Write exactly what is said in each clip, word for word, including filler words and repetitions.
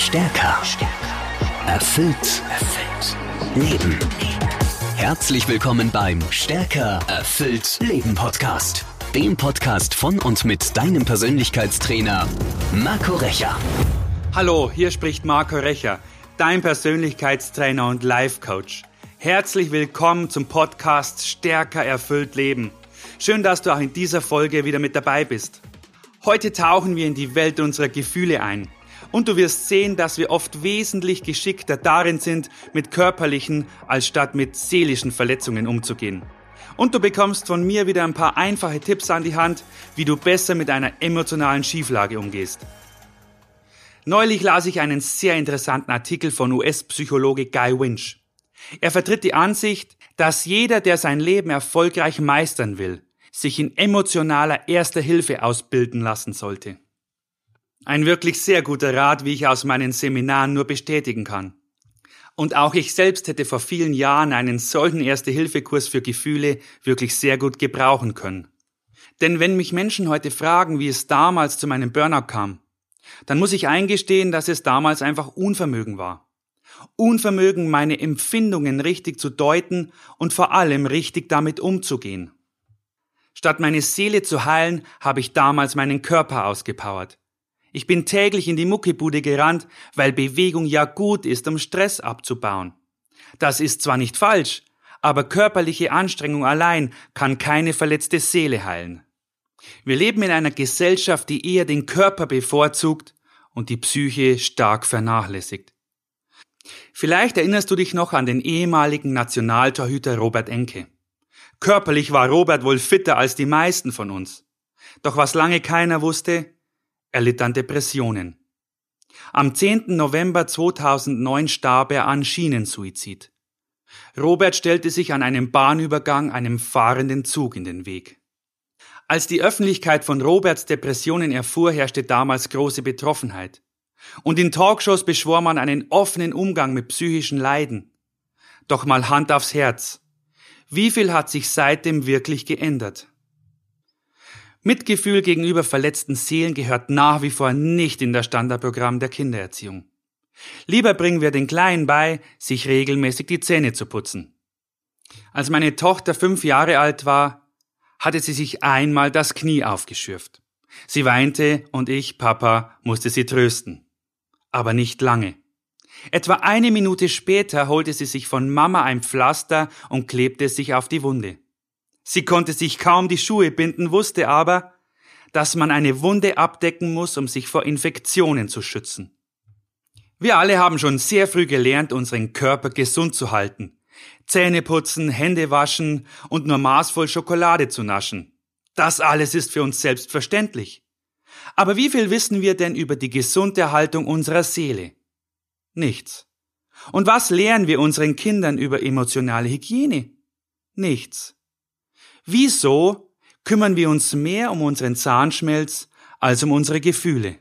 Stärker. Erfüllt. Erfüllt. Leben. Herzlich willkommen beim Stärker. Erfüllt. Leben Podcast. Dem Podcast von und mit deinem Persönlichkeitstrainer Marco Recher. Hallo, hier spricht Marco Recher, dein Persönlichkeitstrainer und Life-Coach. Herzlich willkommen zum Podcast Stärker. Erfüllt. Leben. Schön, dass du auch in dieser Folge wieder mit dabei bist. Heute tauchen wir in die Welt unserer Gefühle ein. Und du wirst sehen, dass wir oft wesentlich geschickter darin sind, mit körperlichen als statt mit seelischen Verletzungen umzugehen. Und du bekommst von mir wieder ein paar einfache Tipps an die Hand, wie du besser mit einer emotionalen Schieflage umgehst. Neulich las ich einen sehr interessanten Artikel von U S-Psychologe Guy Winch. Er vertritt die Ansicht, dass jeder, der sein Leben erfolgreich meistern will, sich in emotionaler Erster Hilfe ausbilden lassen sollte. Ein wirklich sehr guter Rat, wie ich aus meinen Seminaren nur bestätigen kann. Und auch ich selbst hätte vor vielen Jahren einen solchen Erste-Hilfe-Kurs für Gefühle wirklich sehr gut gebrauchen können. Denn wenn mich Menschen heute fragen, wie es damals zu meinem Burnout kam, dann muss ich eingestehen, dass es damals einfach Unvermögen war. Unvermögen, meine Empfindungen richtig zu deuten und vor allem richtig damit umzugehen. Statt meine Seele zu heilen, habe ich damals meinen Körper ausgepowert. Ich bin täglich in die Muckibude gerannt, weil Bewegung ja gut ist, um Stress abzubauen. Das ist zwar nicht falsch, aber körperliche Anstrengung allein kann keine verletzte Seele heilen. Wir leben in einer Gesellschaft, die eher den Körper bevorzugt und die Psyche stark vernachlässigt. Vielleicht erinnerst du dich noch an den ehemaligen Nationaltorhüter Robert Enke. Körperlich war Robert wohl fitter als die meisten von uns. Doch was lange keiner wusste, er litt an Depressionen. Am zehnten November zweitausendneun starb er an Schienensuizid. Robert stellte sich an einem Bahnübergang einem fahrenden Zug in den Weg. Als die Öffentlichkeit von Roberts Depressionen erfuhr, herrschte damals große Betroffenheit. Und in Talkshows beschwor man einen offenen Umgang mit psychischen Leiden. Doch mal Hand aufs Herz. Wie viel hat sich seitdem wirklich geändert? Mitgefühl gegenüber verletzten Seelen gehört nach wie vor nicht in das Standardprogramm der Kindererziehung. Lieber bringen wir den Kleinen bei, sich regelmäßig die Zähne zu putzen. Als meine Tochter fünf Jahre alt war, hatte sie sich einmal das Knie aufgeschürft. Sie weinte und ich, Papa, musste sie trösten. Aber nicht lange. Etwa eine Minute später holte sie sich von Mama ein Pflaster und klebte es sich auf die Wunde. Sie konnte sich kaum die Schuhe binden, wusste aber, dass man eine Wunde abdecken muss, um sich vor Infektionen zu schützen. Wir alle haben schon sehr früh gelernt, unseren Körper gesund zu halten. Zähne putzen, Hände waschen und nur maßvoll Schokolade zu naschen. Das alles ist für uns selbstverständlich. Aber wie viel wissen wir denn über die gesunde Haltung unserer Seele? Nichts. Und was lehren wir unseren Kindern über emotionale Hygiene? Nichts. Wieso kümmern wir uns mehr um unseren Zahnschmelz als um unsere Gefühle?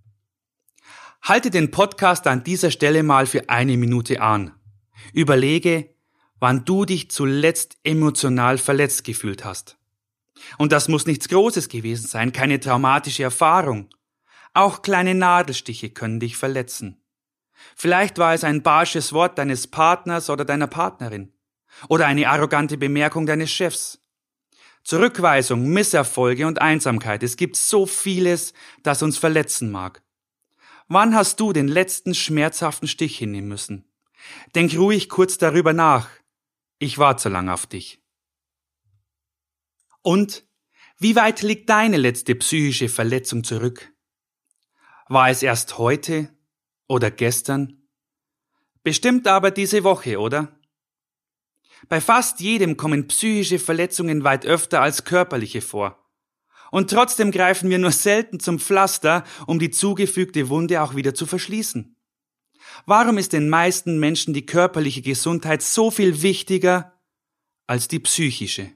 Halte den Podcast an dieser Stelle mal für eine Minute an. Überlege, wann du dich zuletzt emotional verletzt gefühlt hast. Und das muss nichts Großes gewesen sein, keine traumatische Erfahrung. Auch kleine Nadelstiche können dich verletzen. Vielleicht war es ein barsches Wort deines Partners oder deiner Partnerin. Oder eine arrogante Bemerkung deines Chefs. Zurückweisung, Misserfolge und Einsamkeit. Es gibt so vieles, das uns verletzen mag. Wann hast du den letzten schmerzhaften Stich hinnehmen müssen? Denk ruhig kurz darüber nach. Ich warte so lange auf dich. Und wie weit liegt deine letzte psychische Verletzung zurück? War es erst heute oder gestern? Bestimmt aber diese Woche, oder? Bei fast jedem kommen psychische Verletzungen weit öfter als körperliche vor. Und trotzdem greifen wir nur selten zum Pflaster, um die zugefügte Wunde auch wieder zu verschließen. Warum ist den meisten Menschen die körperliche Gesundheit so viel wichtiger als die psychische?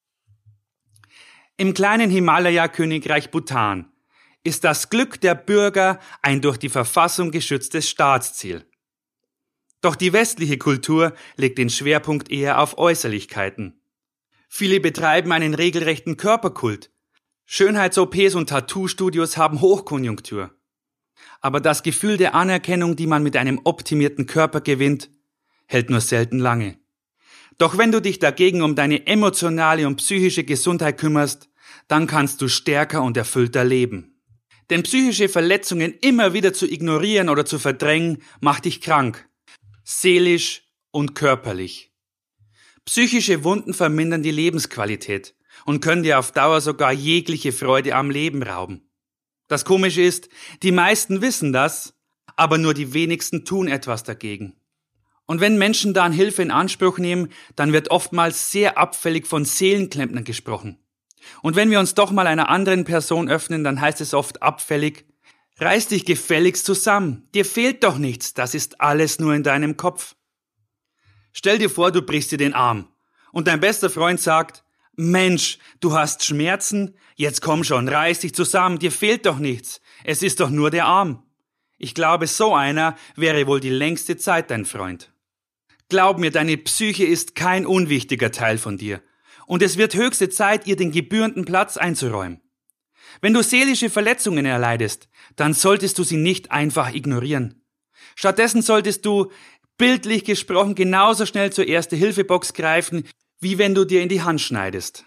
Im kleinen Himalaya-Königreich Bhutan ist das Glück der Bürger ein durch die Verfassung geschütztes Staatsziel. Doch die westliche Kultur legt den Schwerpunkt eher auf Äußerlichkeiten. Viele betreiben einen regelrechten Körperkult. Schönheits-O Ps und Tattoo-Studios haben Hochkonjunktur. Aber das Gefühl der Anerkennung, die man mit einem optimierten Körper gewinnt, hält nur selten lange. Doch wenn du dich dagegen um deine emotionale und psychische Gesundheit kümmerst, dann kannst du stärker und erfüllter leben. Denn psychische Verletzungen immer wieder zu ignorieren oder zu verdrängen, macht dich krank, seelisch und körperlich. Psychische Wunden vermindern die Lebensqualität und können dir auf Dauer sogar jegliche Freude am Leben rauben. Das Komische ist, die meisten wissen das, aber nur die wenigsten tun etwas dagegen. Und wenn Menschen dann Hilfe in Anspruch nehmen, dann wird oftmals sehr abfällig von Seelenklempnern gesprochen. Und wenn wir uns doch mal einer anderen Person öffnen, dann heißt es oft abfällig: Reiß dich gefälligst zusammen, dir fehlt doch nichts, das ist alles nur in deinem Kopf. Stell dir vor, du brichst dir den Arm und dein bester Freund sagt: Mensch, du hast Schmerzen? Jetzt komm schon, reiß dich zusammen, dir fehlt doch nichts. Es ist doch nur der Arm. Ich glaube, so einer wäre wohl die längste Zeit dein Freund. Glaub mir, deine Psyche ist kein unwichtiger Teil von dir. Und es wird höchste Zeit, ihr den gebührenden Platz einzuräumen. Wenn du seelische Verletzungen erleidest, dann solltest du sie nicht einfach ignorieren. Stattdessen solltest du, bildlich gesprochen, genauso schnell zur Erste-Hilfe-Box greifen, wie wenn du dir in die Hand schneidest.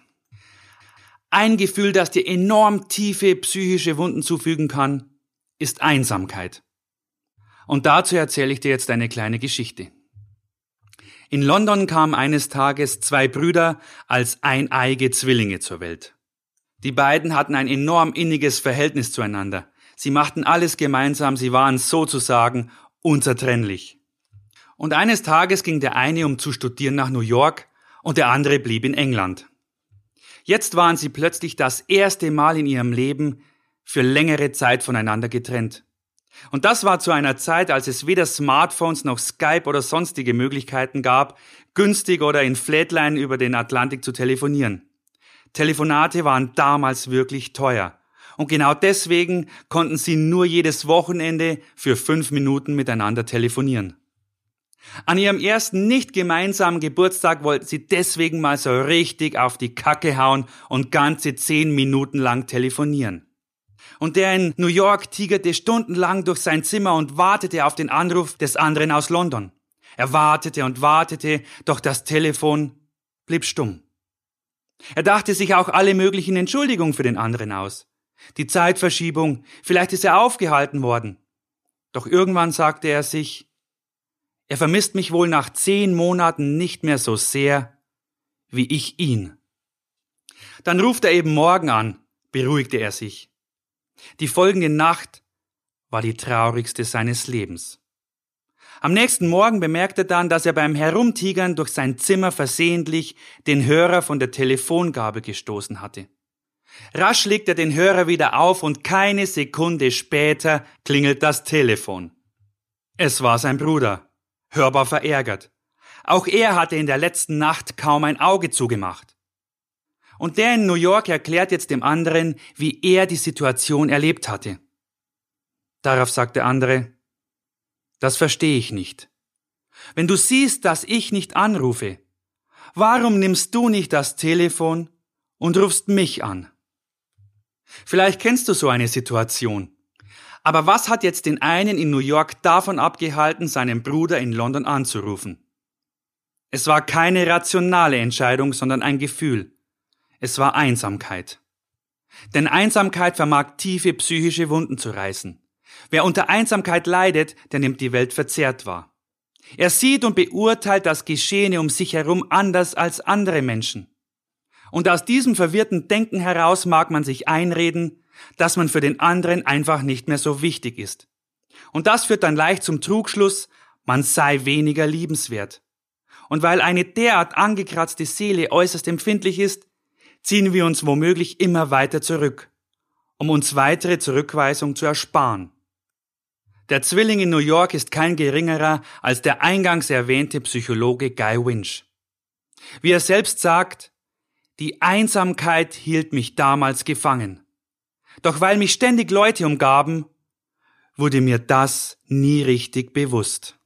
Ein Gefühl, das dir enorm tiefe psychische Wunden zufügen kann, ist Einsamkeit. Und dazu erzähle ich dir jetzt eine kleine Geschichte. In London kamen eines Tages zwei Brüder als eineige Zwillinge zur Welt. Die beiden hatten ein enorm inniges Verhältnis zueinander. Sie machten alles gemeinsam, sie waren sozusagen unzertrennlich. Und eines Tages ging der eine, um zu studieren, nach New York und der andere blieb in England. Jetzt waren sie plötzlich das erste Mal in ihrem Leben für längere Zeit voneinander getrennt. Und das war zu einer Zeit, als es weder Smartphones noch Skype oder sonstige Möglichkeiten gab, günstig oder in Flatline über den Atlantik zu telefonieren. Telefonate waren damals wirklich teuer. Und genau deswegen konnten sie nur jedes Wochenende für fünf Minuten miteinander telefonieren. An ihrem ersten nicht gemeinsamen Geburtstag wollten sie deswegen mal so richtig auf die Kacke hauen und ganze zehn Minuten lang telefonieren. Und der in New York tigerte stundenlang durch sein Zimmer und wartete auf den Anruf des anderen aus London. Er wartete und wartete, doch das Telefon blieb stumm. Er dachte sich auch alle möglichen Entschuldigungen für den anderen aus. Die Zeitverschiebung, vielleicht ist er aufgehalten worden. Doch irgendwann sagte er sich: Er vermisst mich wohl nach zehn Monaten nicht mehr so sehr, wie ich ihn. Dann ruft er eben morgen an, beruhigte er sich. Die folgende Nacht war die traurigste seines Lebens. Am nächsten Morgen bemerkte er dann, dass er beim Herumtigern durch sein Zimmer versehentlich den Hörer von der Telefongabel gestoßen hatte. Rasch legt er den Hörer wieder auf und keine Sekunde später klingelt das Telefon. Es war sein Bruder, hörbar verärgert. Auch er hatte in der letzten Nacht kaum ein Auge zugemacht. Und der in New York erklärt jetzt dem anderen, wie er die Situation erlebt hatte. Darauf sagt der andere: Das verstehe ich nicht. Wenn du siehst, dass ich nicht anrufe, warum nimmst du nicht das Telefon und rufst mich an? Vielleicht kennst du so eine Situation. Aber was hat jetzt den einen in New York davon abgehalten, seinen Bruder in London anzurufen? Es war keine rationale Entscheidung, sondern ein Gefühl. Es war Einsamkeit. Denn Einsamkeit vermag tiefe psychische Wunden zu reißen. Wer unter Einsamkeit leidet, der nimmt die Welt verzerrt wahr. Er sieht und beurteilt das Geschehene um sich herum anders als andere Menschen. Und aus diesem verwirrten Denken heraus mag man sich einreden, dass man für den anderen einfach nicht mehr so wichtig ist. Und das führt dann leicht zum Trugschluss, man sei weniger liebenswert. Und weil eine derart angekratzte Seele äußerst empfindlich ist, ziehen wir uns womöglich immer weiter zurück, um uns weitere Zurückweisung zu ersparen. Der Zwilling in New York ist kein geringerer als der eingangs erwähnte Psychologe Guy Winch. Wie er selbst sagt: Die Einsamkeit hielt mich damals gefangen. Doch weil mich ständig Leute umgaben, wurde mir das nie richtig bewusst.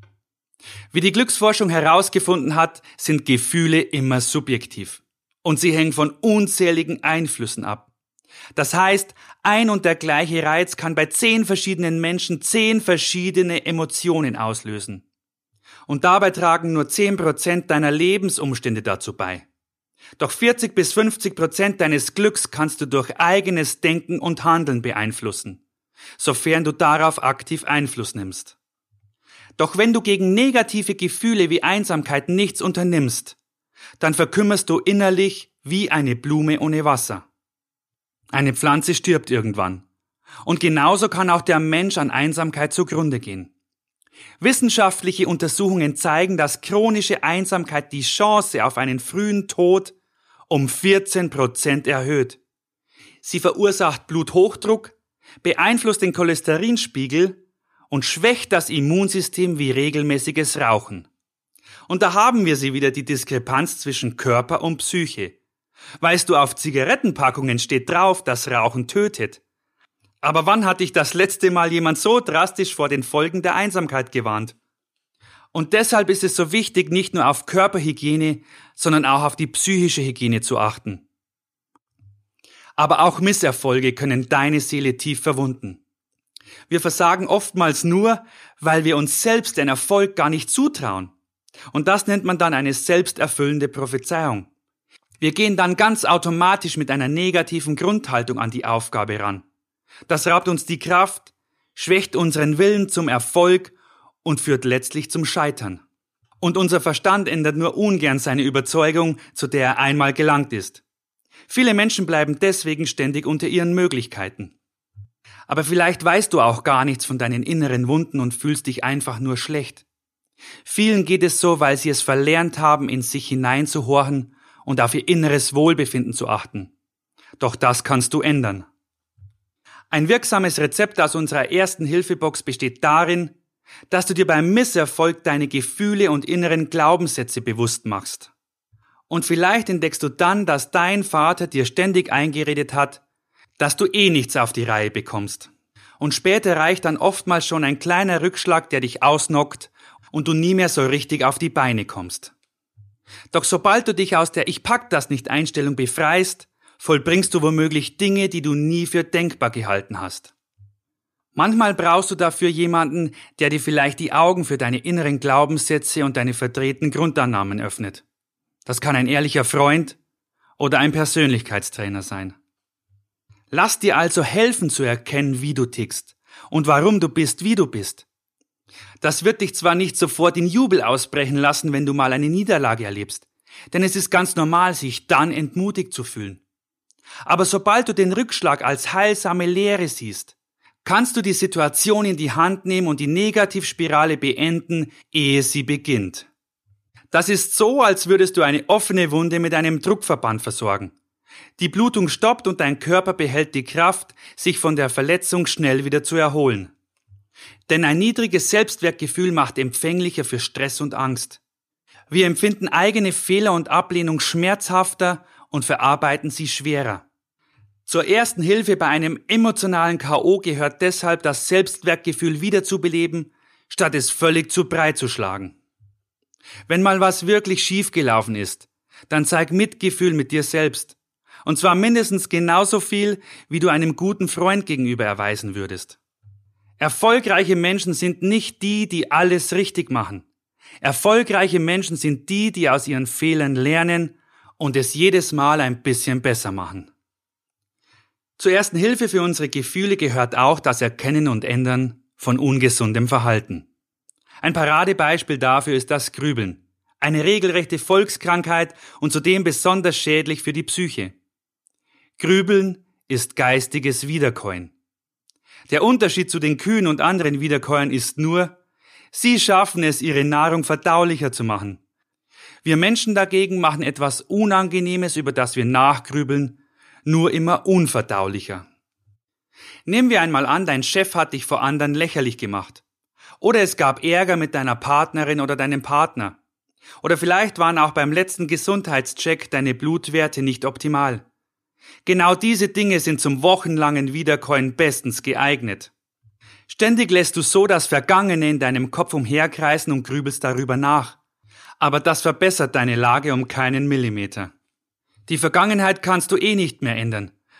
Wie die Glücksforschung herausgefunden hat, sind Gefühle immer subjektiv. Und sie hängen von unzähligen Einflüssen ab. Das heißt, ein und der gleiche Reiz kann bei zehn verschiedenen Menschen zehn verschiedene Emotionen auslösen. Und dabei tragen nur zehn Prozent deiner Lebensumstände dazu bei. Doch vierzig bis fünfzig Prozent deines Glücks kannst du durch eigenes Denken und Handeln beeinflussen, sofern du darauf aktiv Einfluss nimmst. Doch wenn du gegen negative Gefühle wie Einsamkeit nichts unternimmst, dann verkümmerst du innerlich wie eine Blume ohne Wasser. Eine Pflanze stirbt irgendwann. Und genauso kann auch der Mensch an Einsamkeit zugrunde gehen. Wissenschaftliche Untersuchungen zeigen, dass chronische Einsamkeit die Chance auf einen frühen Tod um vierzehn Prozent erhöht. Sie verursacht Bluthochdruck, beeinflusst den Cholesterinspiegel und schwächt das Immunsystem wie regelmäßiges Rauchen. Und da haben wir sie wieder, die Diskrepanz zwischen Körper und Psyche. Weißt du, auf Zigarettenpackungen steht drauf, dass Rauchen tötet. Aber wann hat dich das letzte Mal jemand so drastisch vor den Folgen der Einsamkeit gewarnt? Und deshalb ist es so wichtig, nicht nur auf Körperhygiene, sondern auch auf die psychische Hygiene zu achten. Aber auch Misserfolge können deine Seele tief verwunden. Wir versagen oftmals nur, weil wir uns selbst den Erfolg gar nicht zutrauen. Und das nennt man dann eine selbsterfüllende Prophezeiung. Wir gehen dann ganz automatisch mit einer negativen Grundhaltung an die Aufgabe ran. Das raubt uns die Kraft, schwächt unseren Willen zum Erfolg und führt letztlich zum Scheitern. Und unser Verstand ändert nur ungern seine Überzeugung, zu der er einmal gelangt ist. Viele Menschen bleiben deswegen ständig unter ihren Möglichkeiten. Aber vielleicht weißt du auch gar nichts von deinen inneren Wunden und fühlst dich einfach nur schlecht. Vielen geht es so, weil sie es verlernt haben, in sich hineinzuhorchen und auf ihr inneres Wohlbefinden zu achten. Doch das kannst du ändern. Ein wirksames Rezept aus unserer ersten Hilfebox besteht darin, dass du dir beim Misserfolg deine Gefühle und inneren Glaubenssätze bewusst machst. Und vielleicht entdeckst du dann, dass dein Vater dir ständig eingeredet hat, dass du eh nichts auf die Reihe bekommst. Und später reicht dann oftmals schon ein kleiner Rückschlag, der dich ausnockt und du nie mehr so richtig auf die Beine kommst. Doch sobald du dich aus der Ich pack das nicht Einstellung befreist, vollbringst du womöglich Dinge, die du nie für denkbar gehalten hast. Manchmal brauchst du dafür jemanden, der dir vielleicht die Augen für deine inneren Glaubenssätze und deine verdrehten Grundannahmen öffnet. Das kann ein ehrlicher Freund oder ein Persönlichkeitstrainer sein. Lass dir also helfen zu erkennen, wie du tickst und warum du bist, wie du bist. Das wird dich zwar nicht sofort in Jubel ausbrechen lassen, wenn du mal eine Niederlage erlebst, denn es ist ganz normal, sich dann entmutigt zu fühlen. Aber sobald du den Rückschlag als heilsame Lehre siehst, kannst du die Situation in die Hand nehmen und die Negativspirale beenden, ehe sie beginnt. Das ist so, als würdest du eine offene Wunde mit einem Druckverband versorgen. Die Blutung stoppt und dein Körper behält die Kraft, sich von der Verletzung schnell wieder zu erholen. Denn ein niedriges Selbstwertgefühl macht empfänglicher für Stress und Angst. Wir empfinden eigene Fehler und Ablehnung schmerzhafter und verarbeiten sie schwerer. Zur ersten Hilfe bei einem emotionalen K O gehört deshalb, das Selbstwertgefühl wiederzubeleben, statt es völlig zu breit zu schlagen. Wenn mal was wirklich schiefgelaufen ist, dann zeig Mitgefühl mit dir selbst. Und zwar mindestens genauso viel, wie du einem guten Freund gegenüber erweisen würdest. Erfolgreiche Menschen sind nicht die, die alles richtig machen. Erfolgreiche Menschen sind die, die aus ihren Fehlern lernen und es jedes Mal ein bisschen besser machen. Zur ersten Hilfe für unsere Gefühle gehört auch das Erkennen und Ändern von ungesundem Verhalten. Ein Paradebeispiel dafür ist das Grübeln, eine regelrechte Volkskrankheit und zudem besonders schädlich für die Psyche. Grübeln ist geistiges Wiederkäuen. Der Unterschied zu den Kühen und anderen Wiederkäuern ist nur, sie schaffen es, ihre Nahrung verdaulicher zu machen. Wir Menschen dagegen machen etwas Unangenehmes, über das wir nachgrübeln, nur immer unverdaulicher. Nehmen wir einmal an, dein Chef hat dich vor anderen lächerlich gemacht. Oder es gab Ärger mit deiner Partnerin oder deinem Partner. Oder vielleicht waren auch beim letzten Gesundheitscheck deine Blutwerte nicht optimal. Genau diese Dinge sind zum wochenlangen Wiederkäuen bestens geeignet. Ständig lässt du so das Vergangene in deinem Kopf umherkreisen und grübelst darüber nach. Aber das verbessert deine Lage um keinen Millimeter. Die Vergangenheit kannst du eh nicht mehr ändern.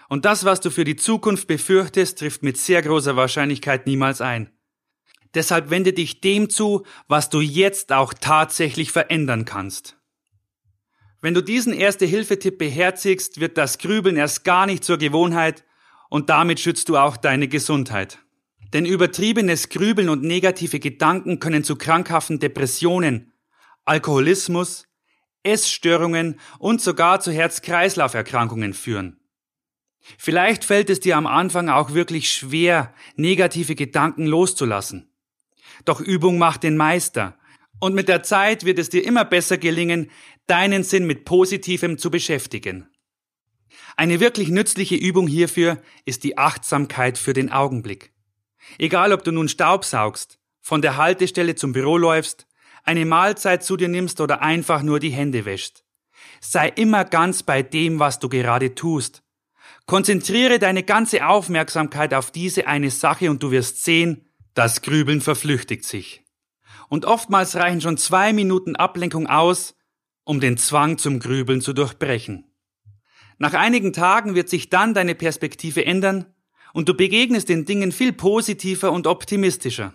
Und das, was du für die Zukunft befürchtest, trifft mit sehr großer Wahrscheinlichkeit niemals ein. Deshalb wende dich dem zu, was du jetzt auch tatsächlich verändern kannst. Wenn du diesen Erste-Hilfe-Tipp beherzigst, wird das Grübeln erst gar nicht zur Gewohnheit und damit schützt du auch deine Gesundheit. Denn übertriebenes Grübeln und negative Gedanken können zu krankhaften Depressionen, Alkoholismus, Essstörungen und sogar zu Herz-Kreislauf-Erkrankungen führen. Vielleicht fällt es dir am Anfang auch wirklich schwer, negative Gedanken loszulassen. Doch Übung macht den Meister. Und mit der Zeit wird es dir immer besser gelingen, deinen Sinn mit Positivem zu beschäftigen. Eine wirklich nützliche Übung hierfür ist die Achtsamkeit für den Augenblick. Egal, ob du nun Staubsaugst, von der Haltestelle zum Büro läufst, eine Mahlzeit zu dir nimmst oder einfach nur die Hände wäschst. Sei immer ganz bei dem, was du gerade tust. Konzentriere deine ganze Aufmerksamkeit auf diese eine Sache und du wirst sehen, das Grübeln verflüchtigt sich. Und oftmals reichen schon zwei Minuten Ablenkung aus, um den Zwang zum Grübeln zu durchbrechen. Nach einigen Tagen wird sich dann deine Perspektive ändern und du begegnest den Dingen viel positiver und optimistischer.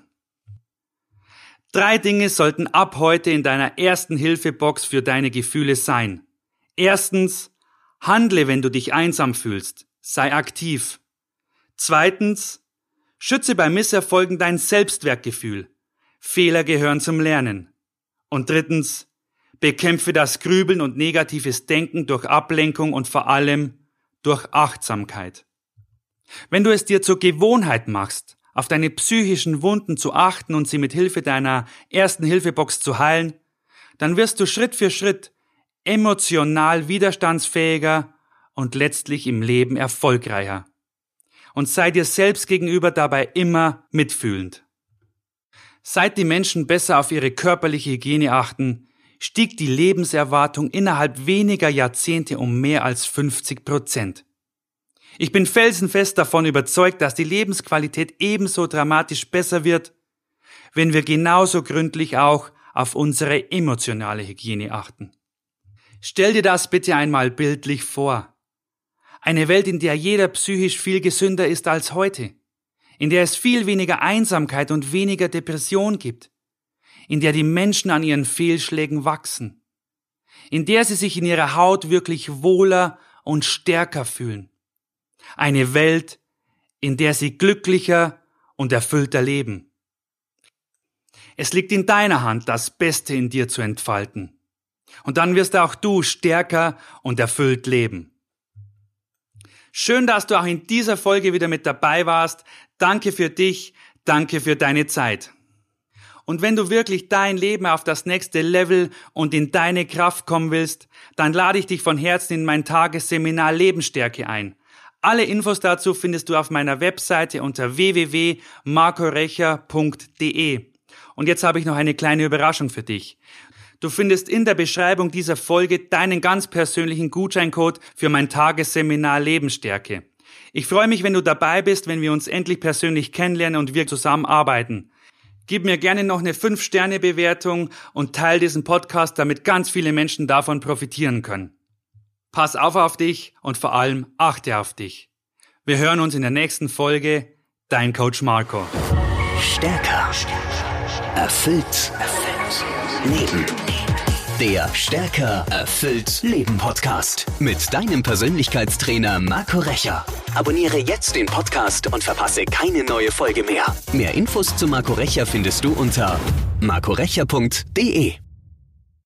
Drei Dinge sollten ab heute in deiner Ersten-Hilfe-Box für deine Gefühle sein. Erstens, handle, wenn du dich einsam fühlst. Sei aktiv. Zweitens, schütze bei Misserfolgen dein Selbstwertgefühl. Fehler gehören zum Lernen. Und drittens, bekämpfe das Grübeln und negatives Denken durch Ablenkung und vor allem durch Achtsamkeit. Wenn du es dir zur Gewohnheit machst, auf deine psychischen Wunden zu achten und sie mit Hilfe deiner Ersten-Hilfe-Box zu heilen, dann wirst du Schritt für Schritt emotional widerstandsfähiger und letztlich im Leben erfolgreicher. Und sei dir selbst gegenüber dabei immer mitfühlend. Seit die Menschen besser auf ihre körperliche Hygiene achten, stieg die Lebenserwartung innerhalb weniger Jahrzehnte um mehr als fünfzig Prozent. Ich bin felsenfest davon überzeugt, dass die Lebensqualität ebenso dramatisch besser wird, wenn wir genauso gründlich auch auf unsere emotionale Hygiene achten. Stell dir das bitte einmal bildlich vor. Eine Welt, in der jeder psychisch viel gesünder ist als heute, in der es viel weniger Einsamkeit und weniger Depression gibt, in der die Menschen an ihren Fehlschlägen wachsen, in der sie sich in ihrer Haut wirklich wohler und stärker fühlen. Eine Welt, in der sie glücklicher und erfüllter leben. Es liegt in deiner Hand, das Beste in dir zu entfalten. Und dann wirst auch du stärker und erfüllt leben. Schön, dass du auch in dieser Folge wieder mit dabei warst. Danke für dich, danke für deine Zeit. Und wenn du wirklich dein Leben auf das nächste Level und in deine Kraft kommen willst, dann lade ich dich von Herzen in mein Tagesseminar Lebensstärke ein. Alle Infos dazu findest du auf meiner Webseite unter w w w punkt marco recher punkt d e. Und jetzt habe ich noch eine kleine Überraschung für dich. Du findest in der Beschreibung dieser Folge deinen ganz persönlichen Gutscheincode für mein Tagesseminar Lebensstärke. Ich freue mich, wenn du dabei bist, wenn wir uns endlich persönlich kennenlernen und wir zusammenarbeiten. Gib mir gerne noch eine fünf Sterne Bewertung und teile diesen Podcast, damit ganz viele Menschen davon profitieren können. Pass auf auf dich und vor allem achte auf dich. Wir hören uns in der nächsten Folge. Dein Coach Marco. Stärker. Erfüllt. Erfüllt. Leben. Der Stärker erfüllt Leben Podcast mit deinem Persönlichkeitstrainer Marco Recher. Abonniere jetzt den Podcast und verpasse keine neue Folge mehr. Mehr Infos zu Marco Recher findest du unter marco recher punkt d e.